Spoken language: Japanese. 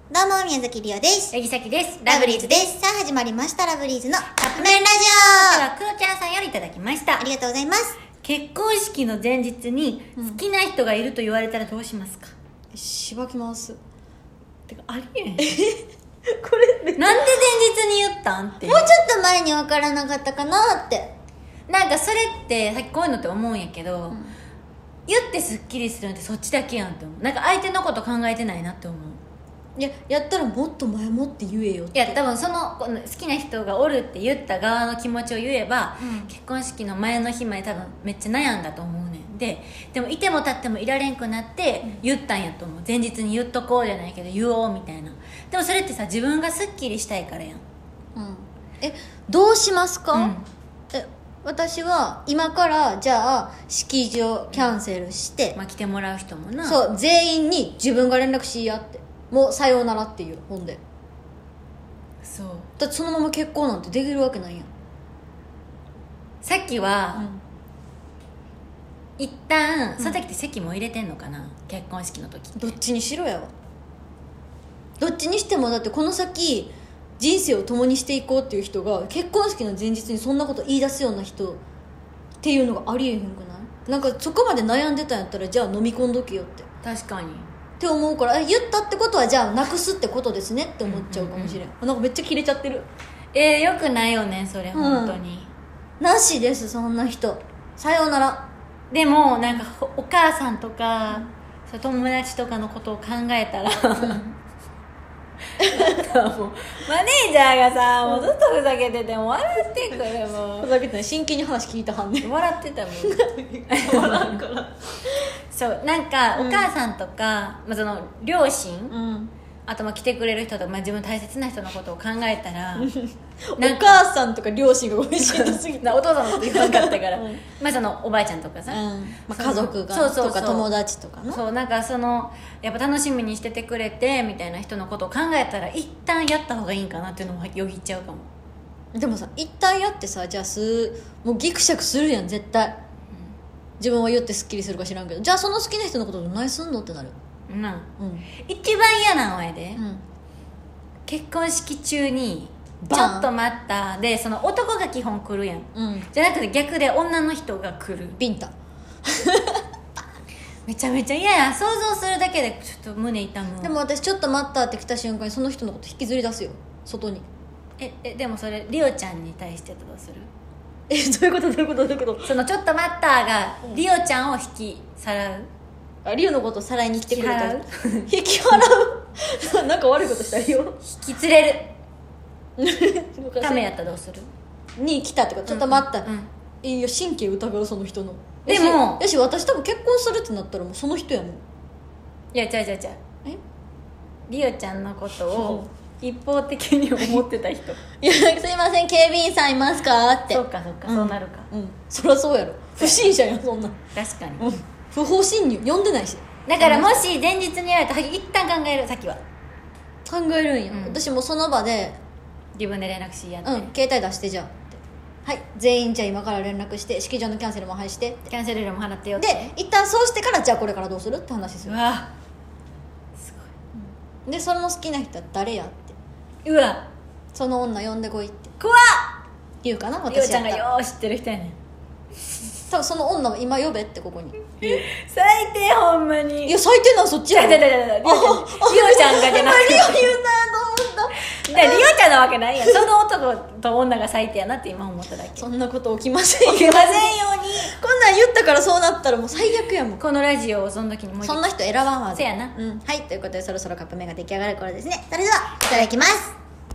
どうも、宮崎りおです。 八木崎です。 ラブリーズです。さあ、始まりました、ラブリーズのカップ麺ラジでは、クロちゃんさんよりいただきました。 オ。ありがとうございます。 結婚式の前日に好きな人がいると言われたらどうしますか？ しばきます。 てか、ありえん。 これ、 なんで前日に言ったんって。 もうちょっと前に分からなかったかなって。 なんかそれって、さっきこういうのって思うんやけど、言ってスッキリするのってそっちだけやんって思う。なんか相手のこと考えてないなって思う。 いや、やったらもっと前もって言えよって。 いや、多分その好きな人がおるって言った側の気持ちを言えば、結婚式の前の日まで多分めっちゃ悩んだと思うねん。でもいても立ってもいられんくなって言ったんやと思う。前日に言っとこうじゃないけど言おうみたいな。でもそれってさ、自分がスッキリしたいからやん。 どうしますか？ うん、 私は今からじゃあ式場キャンセルして、 まあ来てもらう人もな。 そう全員に自分が連絡しいやって、もうさようならっていう本で。 そうだってそのまま結婚なんてできるわけないやん。 さっきは、一旦その時って席も入れてんのかな、結婚式の時。 どっちにしろやわ。どっちにしてもだってこの先人生を共にしていこうっていう人が結婚式の前日にそんなこと言い出すような人っていうのがありえへんくない？なんかそこまで悩んでたんやったらじゃあ飲み込んどけよって確かにって思うから、言ったってことはじゃあなくすってことですねって思っちゃうかもしれん、なんかめっちゃキレちゃってる。 よくないよねそれ、本当になしです、そんな人。さようなら。 でもなんかお母さんとか、そう友達とかのことを考えたら、もうマネージャーがさ、もうずっとふざけてても笑ってくる。もうふざけてない、真剣に話聞いたはんねん。 笑ってたもん笑うからそうなんかお母さんとか、まあ、その両親、あとまあ来てくれる人とか、まあ、自分大切な人のことを考えたらお母さんとか両親が嬉しいすぎたお父さんのこと言わなかったから、まあそのおばあちゃんとかさ、 まあ、家族がそうとか友達とかの、 そうなんかそのやっぱ楽しみにしててくれてみたいな人のことを考えたら一旦やった方がいいんかなっていうのもよぎっちゃうかも。 でもさ、一旦やってさ、じゃあもうギクシャクするやん絶対、自分は言ってスッキリするか知らんけど、じゃあその好きな人のことどないすんのってなる。 一番嫌なのやで、結婚式中にちょっと待ったで、その男が基本来るやん、じゃなくて逆で女の人が来るビンタめちゃめちゃ嫌や。想像するだけでちょっと胸痛む。 でも私ちょっと待ったって来た瞬間にその人のこと引きずり出すよ、外に。 でもそれリオちゃんに対してどうする？ どういうことどういうことどういうこと？ そのちょっと待ったがリオちゃんを引きさらう。 リオのことさらいに来てくれた。 引引き払うなんか悪いことしたリオ引き連れるためやったらどうする？ に来たってか、ちょっと待った、いや神経疑うその人の。 でも私多分結婚するってなったらもうその人やもん。 いや違うリオちゃんのことを一方的に思ってた人いや、すいません警備員さんいますかって。 そうか、そうなるか。 そりゃそうやろ、不審者やんそんな。 確かに、 不法侵入呼んでないし。 だからもし前日に言われたら一旦考える。さっきは考えるんや、私もその場で自分で連絡しやって、 携帯出してじゃあって、はい全員じゃあ今から連絡して式場のキャンセルもはいしてキャンセル料も払ってよって。 で一旦そうしてからじゃあこれからどうするって話する。 うわすごい、 でその好きな人は誰やって、 うわその女呼んでこいって怖っ。 言うかな、 リオちゃんが私やったら。 よう知ってる人やねん。 多分その女を今呼べってここに言う。 最低ほんまに。 いや最低なのそっちやろ。 リオちゃんがじゃなくて、 リオ言うなと思ったリオちゃんなわけないやん。その男と女が最低やなって今思っただけ。 そんなこと起きませんよ。 起きませんように。 こんなん言ったからそうなったらもう最悪やもん。 このラジオをその時にもう一回そんな人選ばんわ。 せやな。 はい、ということでそろそろカップ麺が出来上がる頃ですね。それではいただきます。